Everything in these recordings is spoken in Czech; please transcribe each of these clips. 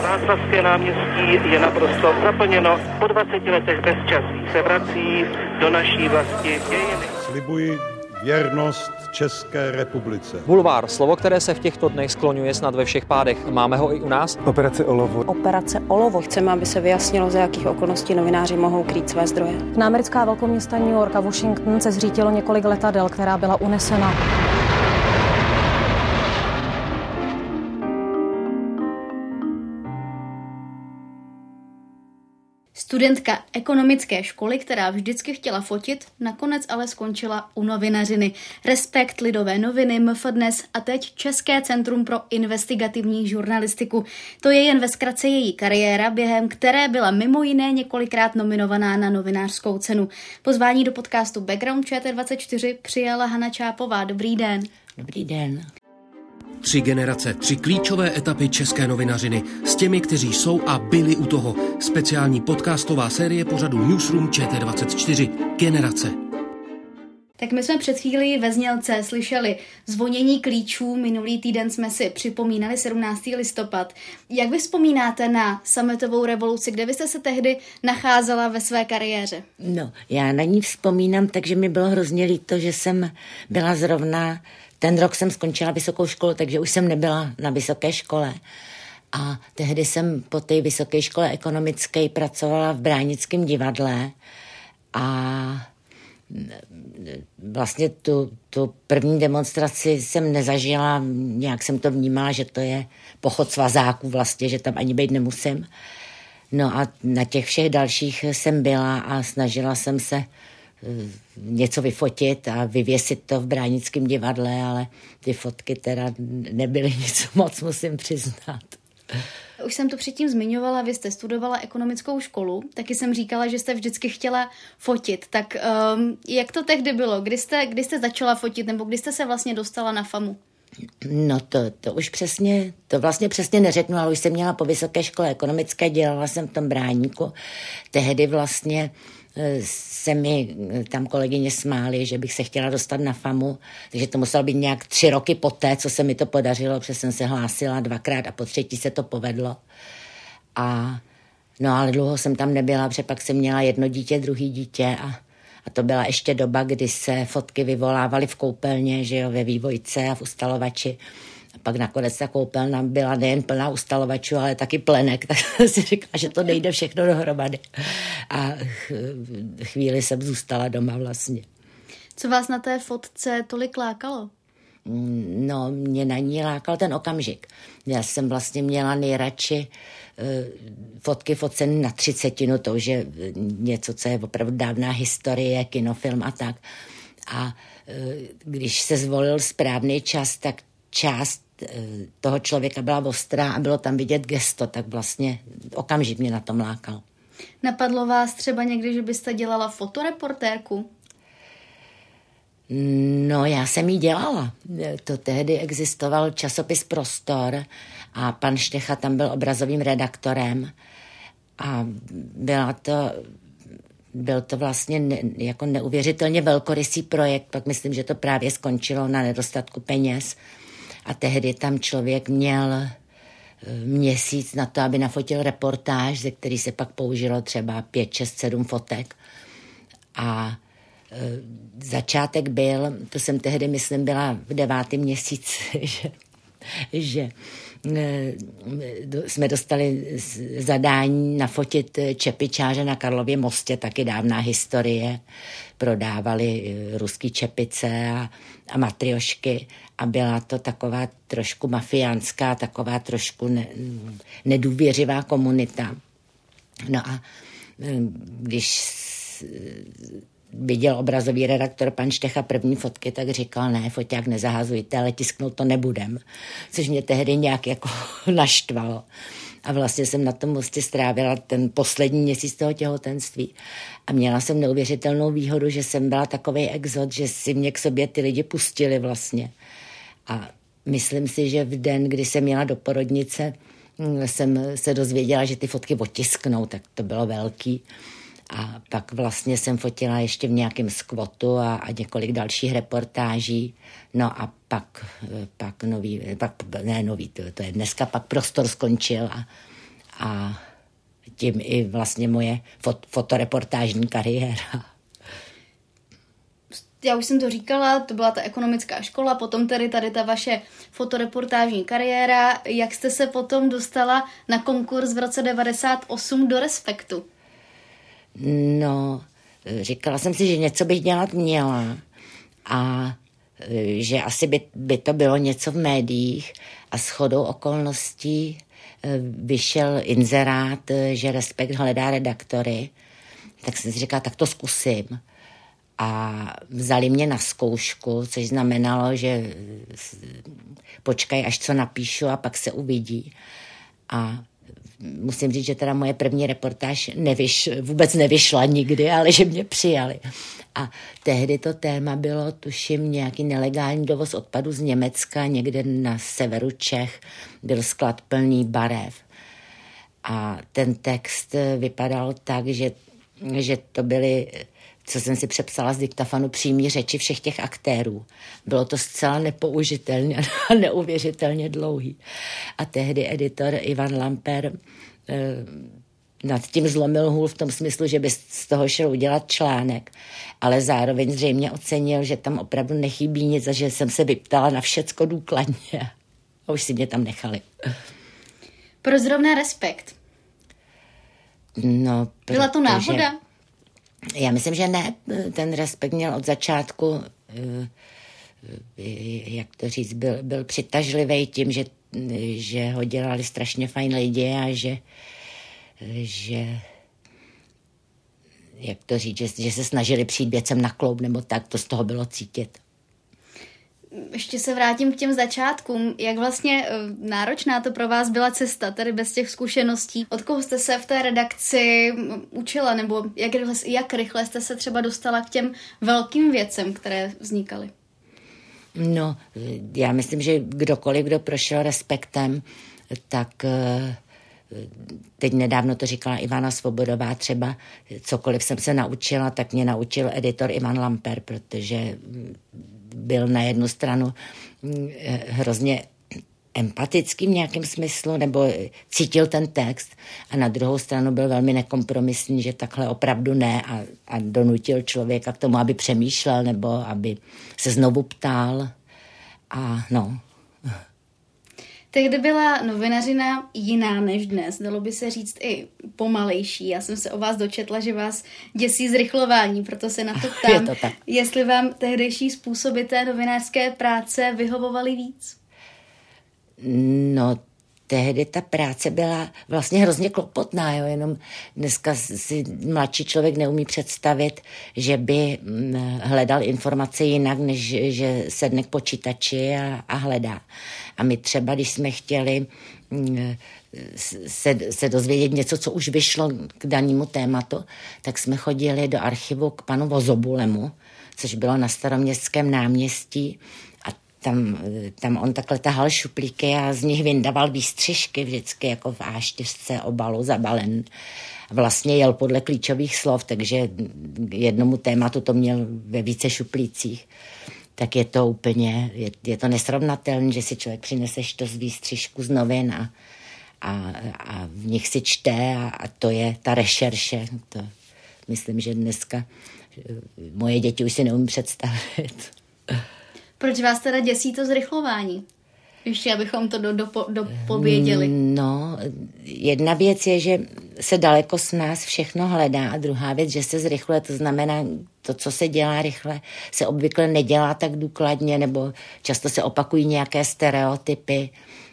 Václavské náměstí je naprosto zaplněno. Po 20 letech bezčasí se vrací do naší vlasti dějiny. Slibuji věrnost České republice. Bulvár, slovo, které se v těchto dnech skloňuje snad ve všech pádech. Máme ho i u nás? Operace Olovo. Operace Olovo. Chceme, aby se vyjasnilo, za jakých okolností novináři mohou krýt své zdroje. Na americká velkoměsta New York a Washington se zřítilo několik letadel, která byla unesena. Studentka ekonomické školy, která vždycky chtěla fotit, nakonec ale skončila u novinařiny. Respekt, Lidové noviny, MFDNES a teď České centrum pro investigativní žurnalistiku. To je jen ve zkratce její kariéra, během které byla mimo jiné několikrát nominovaná na novinářskou cenu. Pozvání do podcastu Background ČT24 přijala Hana Čápová. Dobrý den. Dobrý den. 3 generace, 3 klíčové etapy české novinařiny s těmi, kteří jsou a byli u toho. Speciální podcastová série pořadu Newsroom ČT24 Generace. Tak my jsme před chvílí ve znělce slyšeli zvonění klíčů. Minulý týden jsme si připomínali 17. listopad. Jak vy vzpomínáte na sametovou revoluci, kde vy jste se tehdy nacházela ve své kariéře? No, já na ní vzpomínám, takže mi bylo hrozně líto, že jsem byla zrovna... Ten rok jsem skončila vysokou školu, takže už jsem nebyla na vysoké škole. A tehdy jsem po té vysoké škole ekonomické pracovala v Bránickém divadle a vlastně tu první demonstraci jsem nezažila, nějak jsem to vnímala, že to je pochod svazáků vlastně, že tam ani být nemusím. No a na těch všech dalších jsem byla a snažila jsem se něco vyfotit a vyvěsit to v Bránickém divadle, ale ty fotky teda nebyly nic moc, musím přiznat. Už jsem to předtím zmiňovala, vy jste studovala ekonomickou školu, taky jsem říkala, že jste vždycky chtěla fotit. Tak jak to tehdy bylo? Kdy jste začala fotit, nebo kdy jste se vlastně dostala na FAMu? No to už přesně, to vlastně přesně neřeknu, ale už jsem měla po vysoké škole ekonomické, dělala jsem v tom Bráníku. Tehdy vlastně se mi tam kolegyně smály, že bych se chtěla dostat na FAMu, takže to muselo být nějak 3 roky poté, co se mi to podařilo, protože jsem se hlásila 2krát a po 3. se to povedlo. No ale dlouho jsem tam nebyla, protože pak jsem měla 1 dítě, 2. dítě a to byla ještě doba, kdy se fotky vyvolávaly v koupelně, že jo, ve Vývojce a v ustalovači. A pak nakonec ta koupelna byla nejen plná ustalovačů, ale taky plenek, tak si říkala, že to nejde všechno dohromady. A chvíli jsem zůstala doma vlastně. Co vás na té fotce tolik lákalo? No, mě na ní lákal ten okamžik. Já jsem vlastně měla nejradši fotky foceny na 30, to už je něco, co je opravdu dávná historie, kinofilm a tak. A když se zvolil správný čas, tak část toho člověka byla ostrá a bylo tam vidět gesto, tak vlastně okamžik mě na tom lákal. Napadlo vás třeba někdy, že byste dělala fotoreportérku? No, já jsem ji dělala. To tehdy existoval časopis Prostor a pan Štecha tam byl obrazovým redaktorem a byl to vlastně jako neuvěřitelně velkorysý projekt, pak myslím, že to právě skončilo na nedostatku peněz a tehdy tam člověk měl měsíc na to, aby nafotil reportáž, ze který se pak použilo třeba 5, 6, 7 fotek a začátek byl, to jsem tehdy, myslím, byla v 9. měsíci, že jsme dostali zadání nafotit čepičáře na Karlově mostě, taky dávná historie. Prodávali ruský čepice a matriošky a byla to taková trošku mafiánská, taková trošku nedůvěřivá komunita. No a když viděl obrazový redaktor pan Štecha první fotky, tak říkal, ne, foťák nezahazujte, ale tisknout to nebudem. Což mě tehdy nějak jako naštvalo. A vlastně jsem na tom mostě strávila ten poslední měsíc toho těhotenství. A měla jsem neuvěřitelnou výhodu, že jsem byla takovej exot, že si mě k sobě ty lidi pustili vlastně. A myslím si, že v den, kdy jsem měla do porodnice, jsem se dozvěděla, že ty fotky otisknou, tak to bylo velký. A pak vlastně jsem fotila ještě v nějakém skvotu a několik dalších reportáží. No a pak nový, to je dneska, pak Prostor skončil a tím i vlastně moje fotoreportážní kariéra. Já už jsem to říkala, to byla ta ekonomická škola, potom tady ta vaše fotoreportážní kariéra. Jak jste se potom dostala na konkurs v roce 98 do Respektu? No, říkala jsem si, že něco bych dělat měla a že asi by to bylo něco v médiích a shodou okolností vyšel inzerát, že Respekt hledá redaktory, tak jsem si říkala, tak to zkusím. A vzali mě na zkoušku, což znamenalo, že počkaj, až co napíšu a pak se uvidí. A musím říct, že teda moje první reportáž vůbec nevyšla nikdy, ale že mě přijali. A tehdy to téma bylo, tuším, nějaký nelegální dovoz odpadu z Německa, někde na severu Čech byl sklad plný barev. A ten text vypadal tak, že to byly, co jsem si přepsala z diktafonu, přímý řeči všech těch aktérů. Bylo to zcela nepoužitelně a neuvěřitelně dlouhý. A tehdy editor Ivan Lamper nad tím zlomil hůl v tom smyslu, že by z toho šel udělat článek, ale zároveň zřejmě ocenil, že tam opravdu nechybí nic a že jsem se vyptala na všecko důkladně. A už si mě tam nechali. Proč zrovna Respekt? No, byla to náhoda? Já myslím, že ne. Ten Respekt měl od začátku, jak to říct, byl přitažlivý tím, že ho dělali strašně fajn lidi a že jak to říct, že se snažili přijít věcem na kloub, nebo tak, to z toho bylo cítit. Ještě se vrátím k těm začátkům. Jak vlastně náročná to pro vás byla cesta, tady bez těch zkušeností? Od koho jste se v té redakci učila, nebo jak rychle jste se třeba dostala k těm velkým věcem, které vznikaly? No, já myslím, že kdokoliv, kdo prošel Respektem, tak teď nedávno to říkala Ivana Svobodová, třeba cokoliv jsem se naučila, tak mě naučil editor Ivan Lamper, protože byl na jednu stranu hrozně empatický v nějakém smyslu, nebo cítil ten text, a na druhou stranu byl velmi nekompromisní, že takhle opravdu ne, a donutil člověka k tomu, aby přemýšlel, nebo aby se znovu ptal. A no. Tehdy byla novinařina jiná než dnes, dalo by se říct i pomalejší. Já jsem se o vás dočetla, že vás děsí zrychlování, proto se na to ptám, jestli vám tehdejší způsoby té novinářské práce vyhovovaly víc? No, tehdy ta práce byla vlastně hrozně klopotná, jo? Jenom dneska si mladší člověk neumí představit, že by hledal informace jinak, než že sedne k počítači a hledá. A my třeba, když jsme chtěli se dozvědět něco, co už vyšlo k danému tématu, tak jsme chodili do archivu k panu Vozobulemu, což bylo na Staroměstském náměstí, a tam on takhle tahal šuplíky a z nich vyndaval výstřižky vždycky jako v A4 obalu zabalen. Vlastně jel podle klíčových slov, takže jednomu tématu to měl ve více šuplících. Tak je to úplně, je to nesrovnatelné, že si člověk přineseš to z výstřižku z novin a v nich si čte a to je ta rešerše. To myslím, že dneska moje děti už si neumí představit. Proč vás teda děsí to zrychlování? Ještě abychom to dopověděli. No, jedna věc je, že se daleko s nás všechno hledá, a druhá věc, že se zrychluje, to znamená, to, co se dělá rychle, se obvykle nedělá tak důkladně, nebo často se opakují nějaké stereotypy.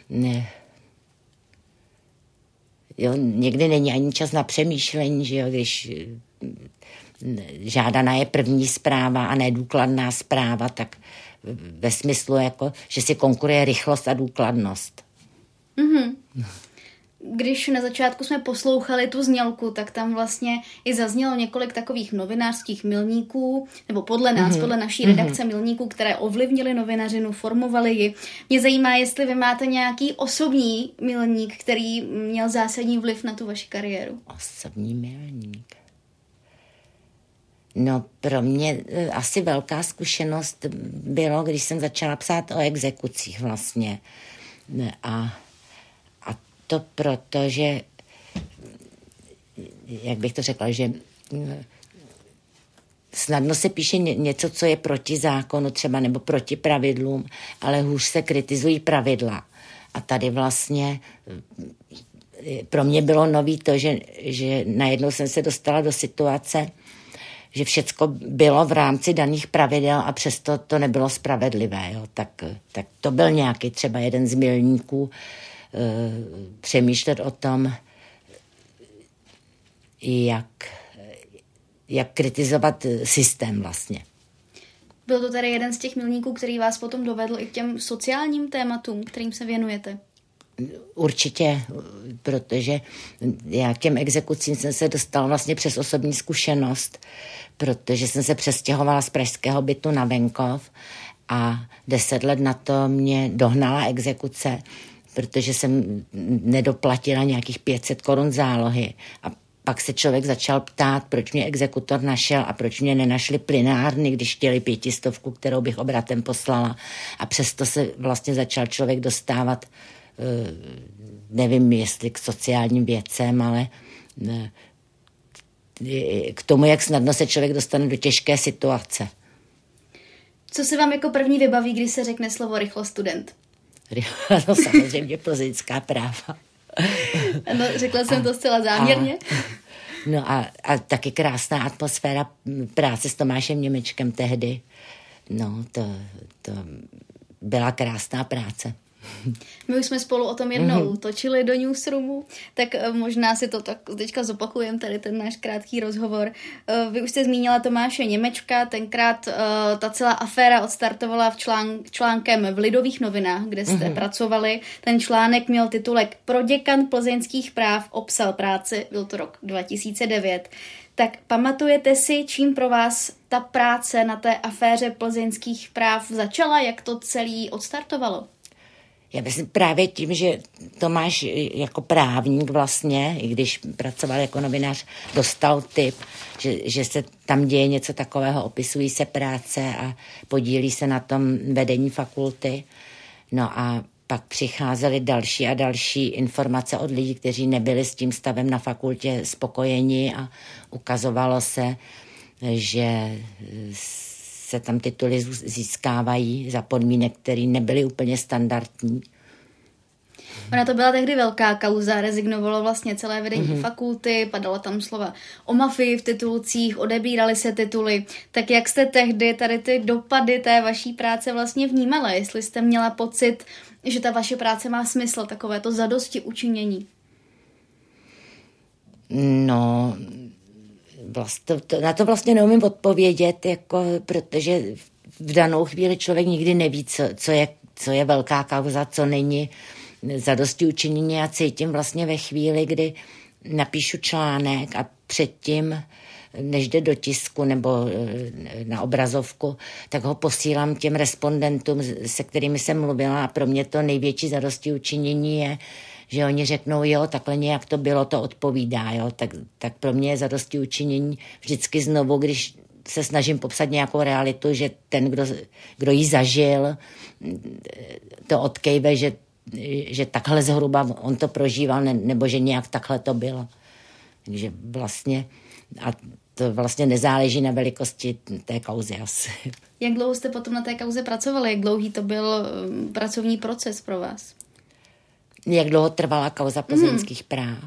Jo, někdy není ani čas na přemýšlení, že jo, když žádaná je první zpráva a nedůkladná zpráva, tak ve smyslu, jako, že si konkuruje rychlost a důkladnost. Mm-hmm. Když na začátku jsme poslouchali tu znělku, tak tam vlastně i zaznělo několik takových novinářských milníků, nebo podle nás, podle naší redakce milníků, které ovlivnily novinařinu, formovaly ji. Mě zajímá, jestli vy máte nějaký osobní milník, který měl zásadní vliv na tu vaši kariéru. Osobní milník. No, pro mě asi velká zkušenost bylo, když jsem začala psát o exekucích vlastně. A to proto, že jak bych to řekla, že snadno se píše něco, co je proti zákonu třeba nebo proti pravidlům, ale hůř se kritizují pravidla. A tady vlastně pro mě bylo nový to, že najednou jsem se dostala do situace, že všecko bylo v rámci daných pravidel a přesto to nebylo spravedlivé. Jo. Tak to byl nějaký třeba jeden z milníků přemýšlet o tom, jak kritizovat systém vlastně. Byl to tady jeden z těch milníků, který vás potom dovedl i k těm sociálním tématům, kterým se věnujete? Určitě, protože já k těm exekucím jsem se dostala vlastně přes osobní zkušenost, protože jsem se přestěhovala z pražského bytu na venkov a 10 let na to mě dohnala exekuce, protože jsem nedoplatila nějakých 500 korun zálohy a pak se člověk začal ptát, proč mě exekutor našel a proč mě nenašli plynárny, když chtěli 500, kterou bych obratem poslala. A přesto se vlastně začal člověk dostávat, nevím, jestli k sociálním věcem, ale k tomu, jak snadno se člověk dostane do těžké situace. Co se vám jako první vybaví, když se řekne slovo rychlostudent? No samozřejmě plzeňská práva. No, řekla jsem to zcela záměrně. No a taky krásná atmosféra práce s Tomášem Němečkem tehdy. No, to byla krásná práce. My už jsme spolu o tom jednou točili do Newsroomu, tak možná si to tak teďka zopakujeme, tady ten náš krátký rozhovor. Vy už jste zmínila Tomáše Němečka, tenkrát ta celá aféra odstartovala článkem v Lidových novinách, kde jste pracovali. Ten článek měl titulek Proděkan plzeňských práv opsal práci, byl to rok 2009. Tak pamatujete si, čím pro vás ta práce na té aféře plzeňských práv začala, jak to celý odstartovalo? Já myslím právě tím, že Tomáš jako právník vlastně, i když pracoval jako novinář, dostal tip, že se tam děje něco takového, opisují se práce a podílí se na tom vedení fakulty. No a pak přicházely další a další informace od lidí, kteří nebyli s tím stavem na fakultě spokojeni a ukazovalo se, že se tam tituly získávají za podmínek, které nebyly úplně standardní. Ona to byla tehdy velká kauza, rezignovalo vlastně celé vedení fakulty, padalo tam slova o mafii v titulcích, odebíraly se tituly. Tak jak jste tehdy tady ty dopady té vaší práce vlastně vnímala? Jestli jste měla pocit, že ta vaše práce má smysl, takové to zadosti učinění? No, na to vlastně neumím odpovědět, protože v danou chvíli člověk nikdy neví, co je velká kauza, co není zadosti učinění. Já cítím vlastně ve chvíli, kdy napíšu článek a předtím, než jde do tisku nebo na obrazovku, tak ho posílám těm respondentům, se kterými jsem mluvila a pro mě to největší zadosti učinění je, že oni řeknou, jo, takhle nějak to bylo, to odpovídá, jo, tak pro mě je zadosti učinění vždycky znovu, když se snažím popsat nějakou realitu, že ten, kdo ji zažil, to odkejve, že takhle zhruba on to prožíval, nebo že nějak takhle to bylo. Takže vlastně, a to vlastně nezáleží na velikosti té kauzy asi. Jak dlouho jste potom na té kauze pracovali? Jak dlouhý to byl pracovní proces pro vás? Jak dlouho trvala kauza plzeňských práv?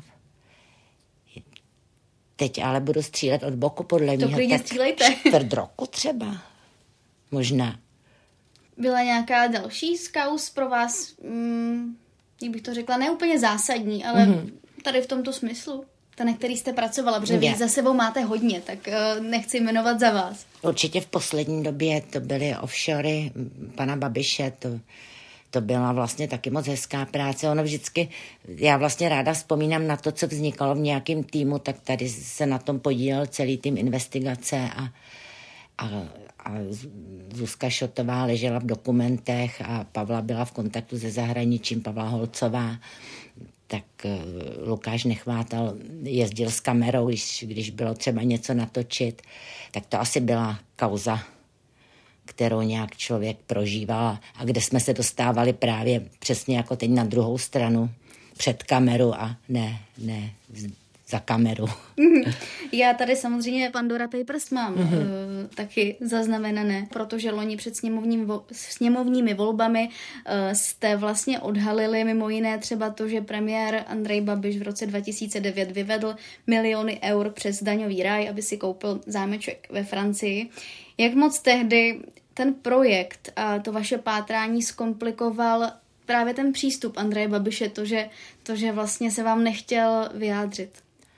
Teď ale budu střílet od boku, podle mě. To klidně střílejte. 4 roku třeba. Možná. Byla nějaká další z kauz pro vás, jak bych to řekla, ne úplně zásadní, ale tady v tomto smyslu? Ta, na který jste pracovala, protože vy za sebou máte hodně, tak nechci jmenovat za vás. Určitě v poslední době to byly offshory pana Babiše, to byla vlastně taky moc hezká práce. Ono vždycky, já vlastně ráda vzpomínám na to, co vznikalo v nějakém týmu, tak tady se na tom podílel celý tým investigace a Zuzka Šotová ležela v dokumentech a Pavla byla v kontaktu se zahraničím, Pavla Holcová. Tak Lukáš Nechvátal jezdil s kamerou, když bylo třeba něco natočit. Tak to asi byla kauza, kterou nějak člověk prožíval a kde jsme se dostávali právě přesně jako teď na druhou stranu před kameru a ne za kameru. Já tady samozřejmě Pandora Papers mám taky zaznamenané, protože loni před sněmovními volbami jste vlastně odhalili mimo jiné třeba to, že premiér Andrej Babiš v roce 2009 vyvedl miliony eur přes daňový ráj, aby si koupil zámeček ve Francii. Jak moc tehdy ten projekt a to vaše pátrání zkomplikoval právě ten přístup Andreje Babiše, to, že vlastně se vám nechtěl vyjádřit?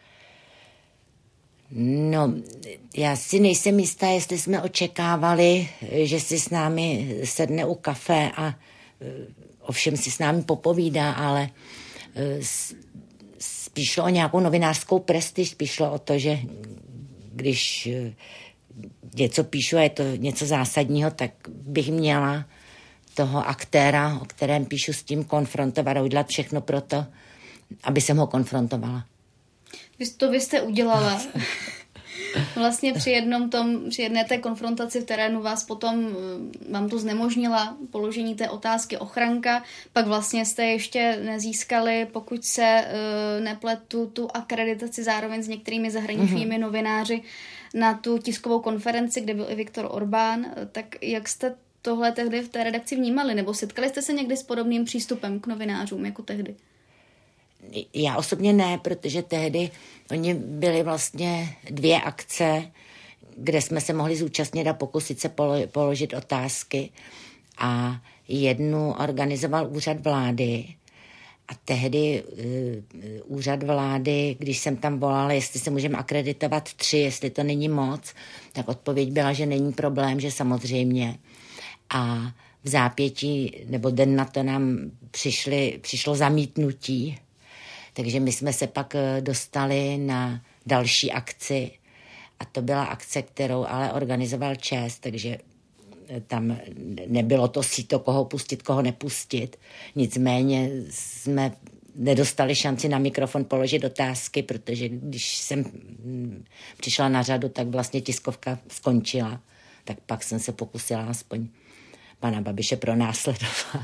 No, já si nejsem jistá, jestli jsme očekávali, že si s námi sedne u kafe a ovšem si s námi popovídá, ale spíš šlo o nějakou novinářskou prestiž, spíš šlo o to, že když něco píšu a je to něco zásadního, tak bych měla toho aktéra, o kterém píšu, s tím konfrontovat a udělat všechno pro to, aby jsem ho konfrontovala. Vy jste udělala. Vlastně při jedné té konfrontaci v terénu vám to znemožnila položení té otázky ochranka, pak vlastně jste ještě nezískali, pokud se nepletu, tu akreditaci zároveň s některými zahraničními novináři na tu tiskovou konferenci, kde byl i Viktor Orbán. Tak jak jste tohle tehdy v té redakci vnímali? Nebo setkali jste se někdy s podobným přístupem k novinářům jako tehdy? Já osobně ne, protože tehdy oni byly vlastně 2 akce, kde jsme se mohli zúčastnit a pokusit se položit otázky. A jednu organizoval úřad vlády. A tehdy úřad vlády, když jsem tam volala, jestli se můžeme akreditovat 3, jestli to není moc, tak odpověď byla, že není problém, že samozřejmě. A v zápětí, nebo den na to nám přišlo zamítnutí. Takže my jsme se pak dostali na další akci a to byla akce, kterou ale organizoval ČES, takže tam nebylo to síto, koho pustit, koho nepustit. Nicméně jsme nedostali šanci na mikrofon položit otázky, protože když jsem přišla na řadu, tak vlastně tiskovka skončila. Tak pak jsem se pokusila aspoň pana Babiše pronásledovat.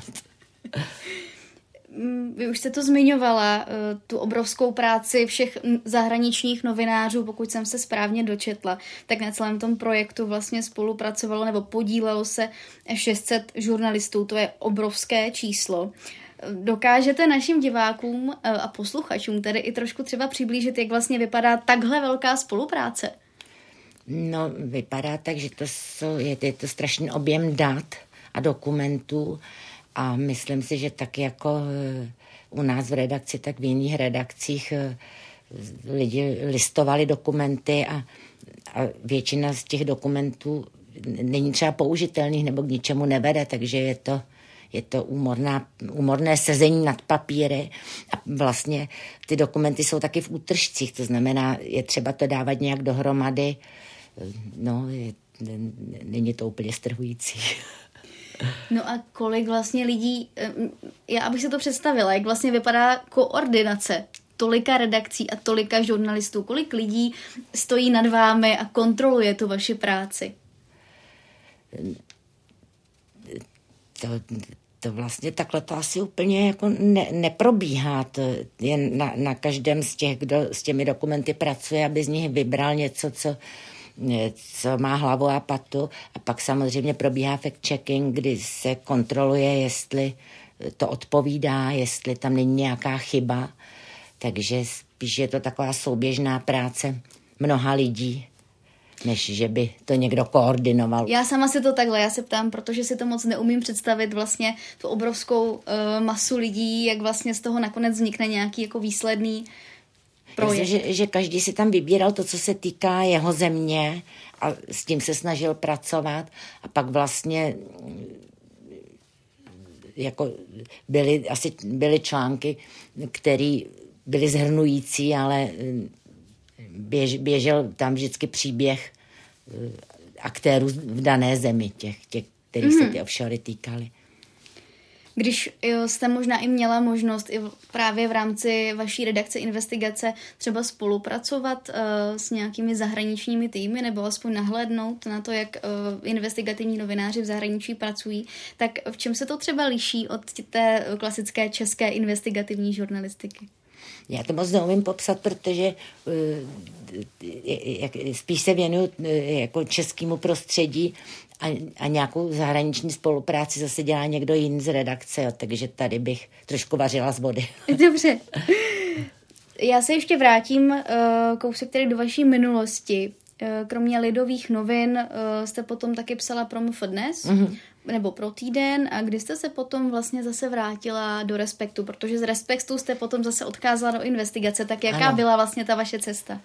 Vy už jste to zmiňovala, tu obrovskou práci všech zahraničních novinářů, pokud jsem se správně dočetla, tak na celém tom projektu vlastně spolupracovalo nebo podílelo se 600 žurnalistů, to je obrovské číslo. Dokážete našim divákům a posluchačům tedy i trošku třeba přiblížit, jak vlastně vypadá takhle velká spolupráce? No, vypadá tak, že je to strašný objem dat a dokumentů. A myslím si, že tak jako u nás v redakci, tak v jiných redakcích lidi listovali dokumenty a většina z těch dokumentů není třeba použitelných nebo k ničemu nevede, takže je to úmorné sezení nad papíry a vlastně ty dokumenty jsou taky v útržcích, to znamená, je třeba to dávat nějak dohromady, není to úplně strhující. No a kolik vlastně lidí, já abych se to představila, jak vlastně vypadá koordinace tolika redakcí a tolika žurnalistů, kolik lidí stojí nad vámi a kontroluje tu vaši práci? To vlastně takhle to asi úplně jako neprobíhá. To je na každém z těch, kdo s těmi dokumenty pracuje, aby z nich vybral něco, co má hlavu a patu. A pak samozřejmě probíhá fact-checking, kdy se kontroluje, jestli to odpovídá, jestli tam není nějaká chyba. Takže spíš je to taková souběžná práce mnoha lidí, než že by to někdo koordinoval. Já sama si to takhle, já se ptám, protože si to moc neumím představit vlastně tu obrovskou masu lidí, jak vlastně z toho nakonec vznikne nějaký jako výsledný projekt. Že každý si tam vybíral to, co se týká jeho země a s tím se snažil pracovat a pak vlastně jako byly články, které byly shrnující, ale běžel tam vždycky příběh aktérů v dané zemi, těch kterých se ty offshory týkaly. Když jste možná i měla možnost i právě v rámci vaší redakce investigace třeba spolupracovat s nějakými zahraničními týmy nebo aspoň nahlédnout na to, jak investigativní novináři v zahraničí pracují, tak v čem se to třeba liší od té klasické české investigativní žurnalistiky? Já to moc neumím popsat, protože spíš se věnuju jako českému prostředí a nějakou zahraniční spolupráci zase dělá někdo jiný z redakce, jo, takže tady bych trošku vařila z vody. Dobře. Já se ještě vrátím kousek tedy do vaší minulosti. Kromě Lidových novin jste potom taky psala pro MFDNES, nebo pro Týden, a kdy jste se potom vlastně zase vrátila do Respektu, protože z Respektu jste potom zase odkázala do Investigace, tak jaká byla vlastně ta vaše cesta?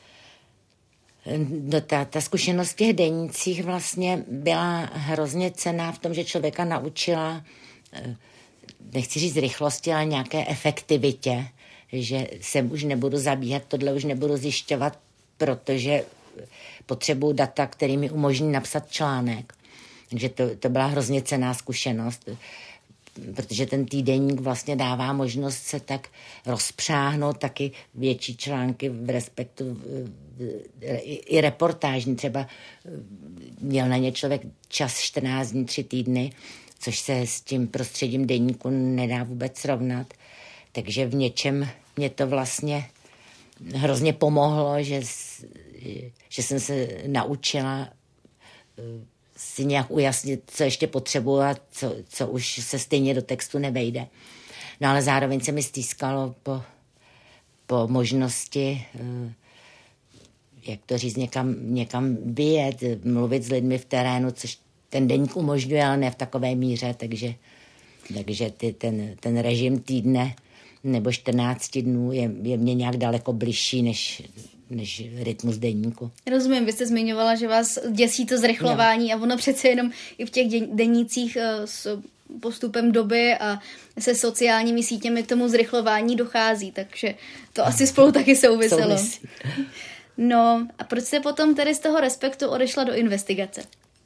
No, ta zkušenost v těch denících vlastně byla hrozně cenná v tom, že člověka naučila, nechci říct rychlosti, ale nějaké efektivitě, že sem už nebudu zabíhat, tohle už nebudu zjišťovat, protože potřebuju data, který mi umožní napsat článek. Takže to byla hrozně cenná zkušenost, protože ten týdeník vlastně dává možnost se tak rozpřáhnout, taky větší články v Respektu, i reportážní. Třeba měl na ně člověk čas 14 dní, 3 týdny, což se s tím prostředím deníku nedá vůbec srovnat. Takže v něčem mě to vlastně hrozně pomohlo, že jsem se naučila si nějak ujasnit, co ještě potřebuji a co už se stejně do textu nevejde. No ale zároveň se mi stýskalo po možnosti, jak to říct, někam vyjet, mluvit s lidmi v terénu, což ten deník umožňuje, ale ne v takové míře, takže ten režim týdne nebo 14 dnů je mě nějak daleko bližší než rytmus deníku. Rozumím, vy jste zmiňovala, že vás děsí to zrychlování a ono přece jenom i v těch denících s postupem doby a se sociálními sítěmi k tomu zrychlování dochází, takže to asi spolu taky souviselo. No a proč jste potom tedy z toho Respektu odešla do Investigace?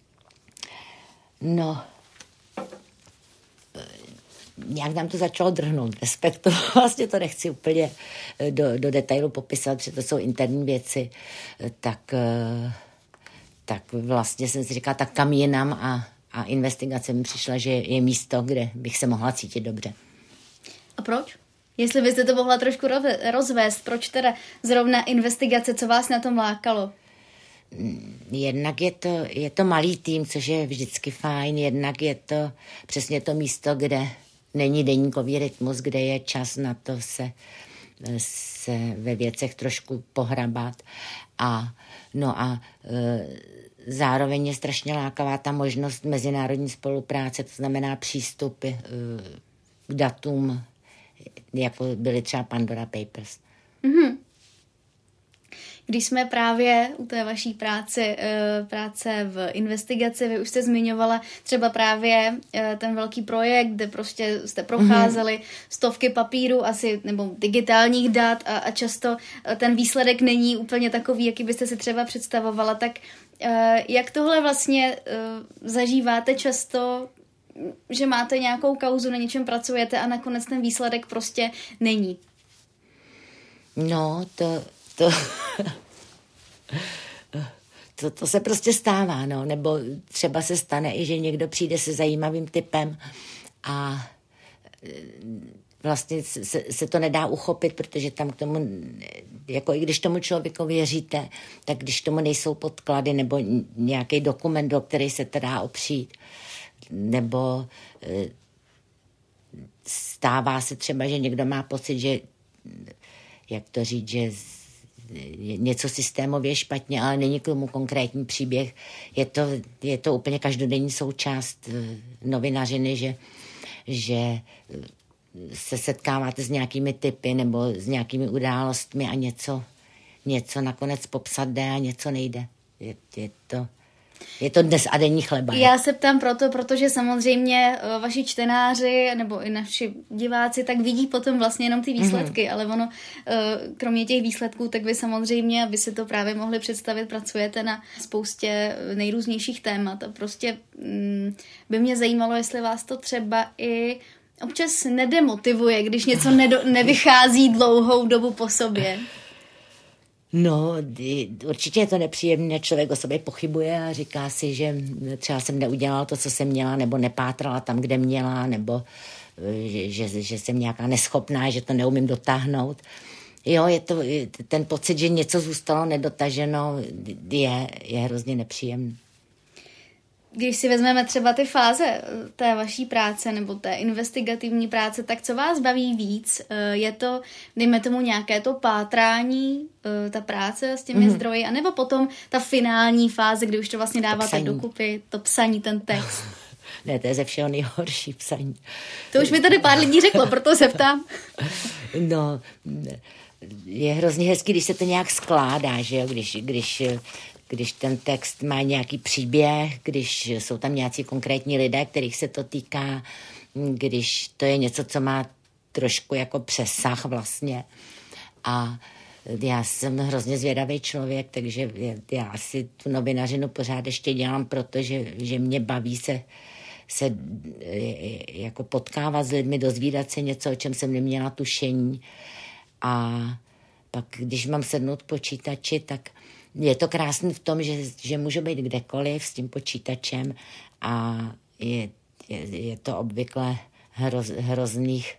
No, nějak nám to začalo drhnout. Respektu, vlastně to nechci úplně do detailu popisat, protože to jsou interní věci, tak vlastně jsem si říkala, tak kam jinam a Investigace mi přišla, že je místo, kde bych se mohla cítit dobře. A proč? Jestli byste to mohla trošku rozvést, proč teda zrovna Investigace, co vás na tom lákalo? Jednak je to malý tým, což je vždycky fajn, jednak je to přesně to místo, kde není deníkový rytmus, kde je čas na to se ve věcech trošku pohrabat. A zároveň je strašně lákavá ta možnost mezinárodní spolupráce, to znamená přístupy k datům, jako byly třeba Pandora Papers. Mm-hmm. Když jsme právě u té vaší práce v Investigaci, vy už jste zmiňovala třeba právě ten velký projekt, kde prostě jste procházeli stovky papírů asi, nebo digitálních dat a často ten výsledek není úplně takový, jaký byste si třeba představovala. Tak jak tohle vlastně zažíváte často, že máte nějakou kauzu, na něčem pracujete a nakonec ten výsledek prostě není? No, to se prostě stává, no, nebo třeba se stane i, že někdo přijde se zajímavým typem a vlastně se to nedá uchopit, protože tam k tomu, jako i když tomu člověku věříte, tak když tomu nejsou podklady nebo nějaký dokument, do který se to dá opřít, nebo stává se třeba, že někdo má pocit, že, jak to říct, že něco systémově špatně, ale není k tomu konkrétní příběh. Je to úplně každodenní součást novinařiny, že se setkáváte s nějakými typy nebo s nějakými událostmi a něco nakonec popsat jde a něco nejde. Je to dnes a denní chleba. Já se ptám protože samozřejmě vaši čtenáři nebo i naši diváci tak vidí potom vlastně jenom ty výsledky, ale ono, kromě těch výsledků, tak vy samozřejmě, aby si to právě mohli představit, pracujete na spoustě nejrůznějších témat a prostě by mě zajímalo, jestli vás to třeba i občas nedemotivuje, když něco nevychází dlouhou dobu po sobě. No, určitě je to nepříjemné, člověk o sobě pochybuje a říká si, že třeba jsem neudělala to, co jsem měla, nebo nepátrala tam, kde měla, nebo že jsem nějaká neschopná, že to neumím dotáhnout. Jo, ten pocit, že něco zůstalo nedotaženo, je hrozně nepříjemný. Když si vezmeme třeba ty fáze té vaší práce nebo té investigativní práce, tak co vás baví víc? Je to, dejme tomu, nějaké to pátrání, ta práce s těmi zdroji, anebo potom ta finální fáze, kdy už to vlastně dáváte dokupy, to psaní, ten text? Ne, to je ze všeho nejhorší psaní. To už mi tady pár lidí řeklo, proto se ptám. No, je hrozně hezký, když se to nějak skládá, že jo, když ten text má nějaký příběh, když jsou tam nějací konkrétní lidé, kterých se to týká, když to je něco, co má trošku jako přesah vlastně. A já jsem hrozně zvědavý člověk, takže já asi tu novinařinu pořád ještě dělám, protože mě baví se jako potkávat s lidmi, dozvídat se něco, o čem jsem neměla tušení. A pak, když mám sednout k počítači, tak je to krásné v tom, že můžu být kdekoliv s tím počítačem a je to obvykle hrozných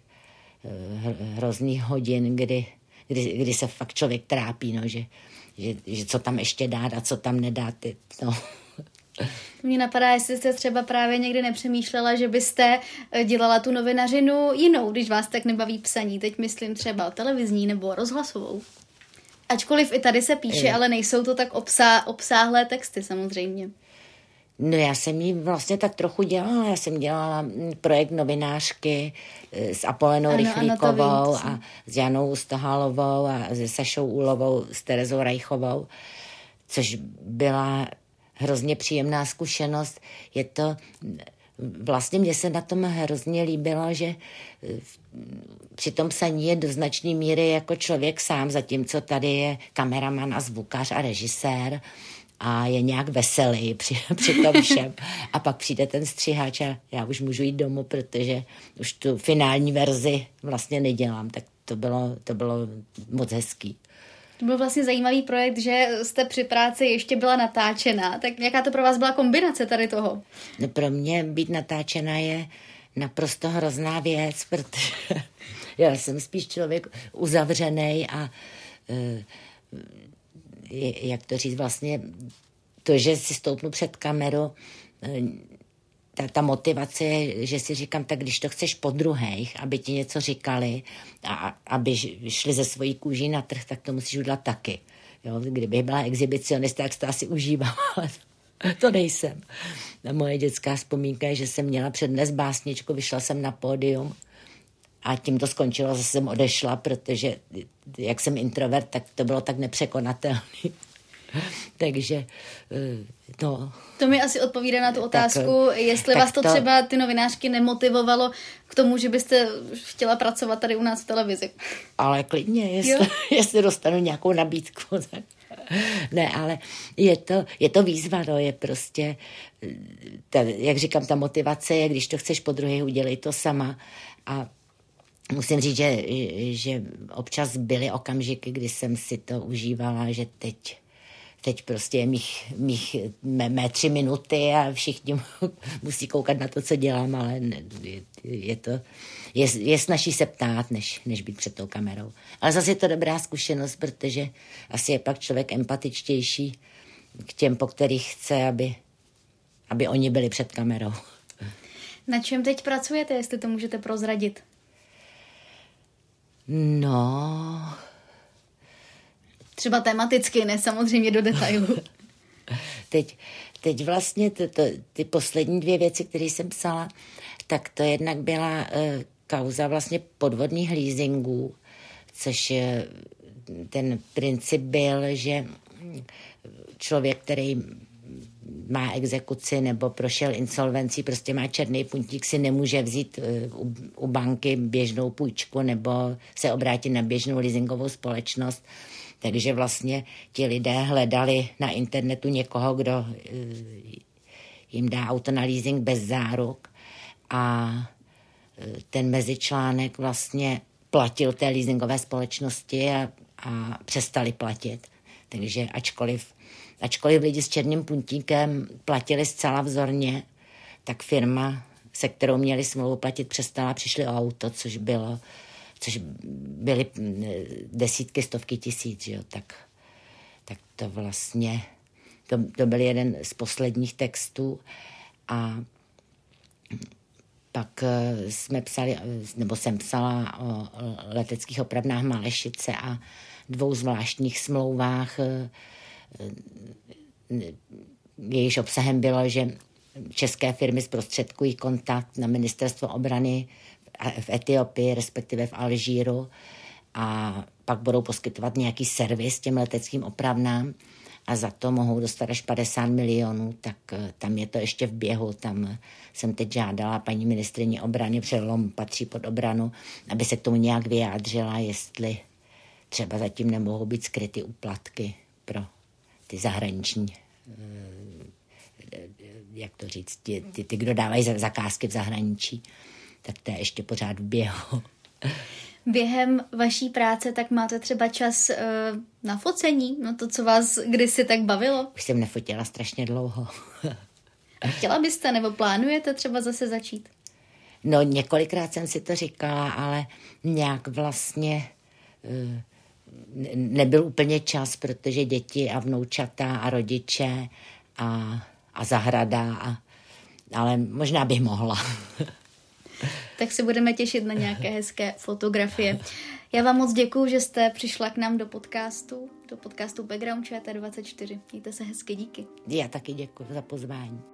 hodin, kdy se fakt člověk trápí, no, že co tam ještě dát a co tam nedát. No. Mně napadá, jestli jste třeba právě někdy nepřemýšlela, že byste dělala tu novinařinu jinou, když vás tak nebaví psaní. Teď myslím třeba televizní nebo rozhlasovou. Ačkoliv i tady se píše, ale nejsou to tak obsáhlé texty samozřejmě. No já jsem jí vlastně tak trochu dělala. Já jsem dělala projekt novinářky s Apolenou Rychlíkovou a s Janou Stohalovou a se Sašou Úlovou, s Terezou Rajchovou, což byla hrozně příjemná zkušenost. Je to, vlastně mně se na tom hrozně líbilo, že při tom psaní je do značné míry jako člověk sám, zatímco tady je kameraman a zvukař a režisér a je nějak veselý při tom všem. A pak přijde ten střihač a já už můžu jít domů, protože už tu finální verzi vlastně nedělám. Tak to bylo moc hezký. To byl vlastně zajímavý projekt, že jste při práci ještě byla natáčena. Tak jaká to pro vás byla kombinace tady toho? No pro mě být natáčena je naprosto hrozná věc, protože já jsem spíš člověk uzavřený a jak to říct, vlastně to, že si stoupnu před kameru, ta motivace je, že si říkám, tak když to chceš po druhých, aby ti něco říkali a aby šli ze svojí kůží na trh, tak to musíš udělat taky. Jo? Kdybych byla exhibicionista, tak to asi užívám, ale to nejsem. A moje dětská vzpomínka je, že jsem měla přednes básničku, vyšla jsem na pódium a tím to skončilo, zase jsem odešla, protože jak jsem introvert, tak to bylo tak nepřekonatelné. Takže, no. To mi asi odpovídá na tu otázku, jestli vás to třeba ty novinářky nemotivovalo k tomu, že byste chtěla pracovat tady u nás v televizi. Ale klidně, jestli dostanu nějakou nabídku. Tak. Ne, ale je to výzva, no, je prostě, jak říkám, ta motivace je, když to chceš po druhé, udělej to sama. A musím říct, že občas byly okamžiky, kdy jsem si to užívala, že teď prostě je mé 3 minuty a všichni musí koukat na to, co dělám, ale je snazší se ptát, než být před tou kamerou. Ale zase je to dobrá zkušenost, protože asi je pak člověk empatičtější k těm, po kterých chce, aby oni byli před kamerou. Na čem teď pracujete, jestli to můžete prozradit? No... Třeba tematicky, ne samozřejmě do detailu. Teď vlastně ty poslední 2 věci, které jsem psala, tak to jednak byla kauza vlastně podvodných leasingů, což ten princip byl, že člověk, který má exekuci nebo prošel insolvencí, prostě má černý puntík, si nemůže vzít u banky běžnou půjčku nebo se obrátit na běžnou leasingovou společnost. Takže vlastně ti lidé hledali na internetu někoho, kdo jim dá auto na leasing bez záruk a ten mezičlánek vlastně platil té leasingové společnosti a přestali platit. Takže ačkoliv lidi s černým puntíkem platili zcela vzorně, tak firma se kterou měli smlouvu platit, přestala, přišli o auto, což byly desítky, stovky tisíc, že jo, tak to vlastně, to byl jeden z posledních textů a pak jsme psali, nebo jsem psala o leteckých opravnách Malešice a 2 zvláštních smlouvách. Jejíž obsahem bylo, že české firmy zprostředkují kontakt na ministerstvo obrany v Etiopii, respektive v Alžíru a pak budou poskytovat nějaký servis těm leteckým opravnám a za to mohou dostat až 50 milionů, tak tam je to ještě v běhu. Tam jsem teď žádala paní ministryni obrany, přelom patří pod obranu, aby se k tomu nějak vyjádřila, jestli třeba zatím nemohou být skryty úplatky pro ty zahraniční, jak to říct, ty kdo dávají zakázky v zahraničí, tak to je ještě pořád v běhu. Během vaší práce tak máte třeba čas na focení? No to, co vás kdysi tak bavilo? Už jsem nefotila strašně dlouho. A chtěla byste nebo plánujete třeba zase začít? No několikrát jsem si to říkala, ale nějak vlastně nebyl úplně čas, protože děti a vnoučata a rodiče a zahrada, ale možná bych mohla. Tak se budeme těšit na nějaké hezké fotografie. Já vám moc děkuju, že jste přišla k nám do podcastu Background ČT24. Mějte se hezky, díky. Já taky děkuji za pozvání.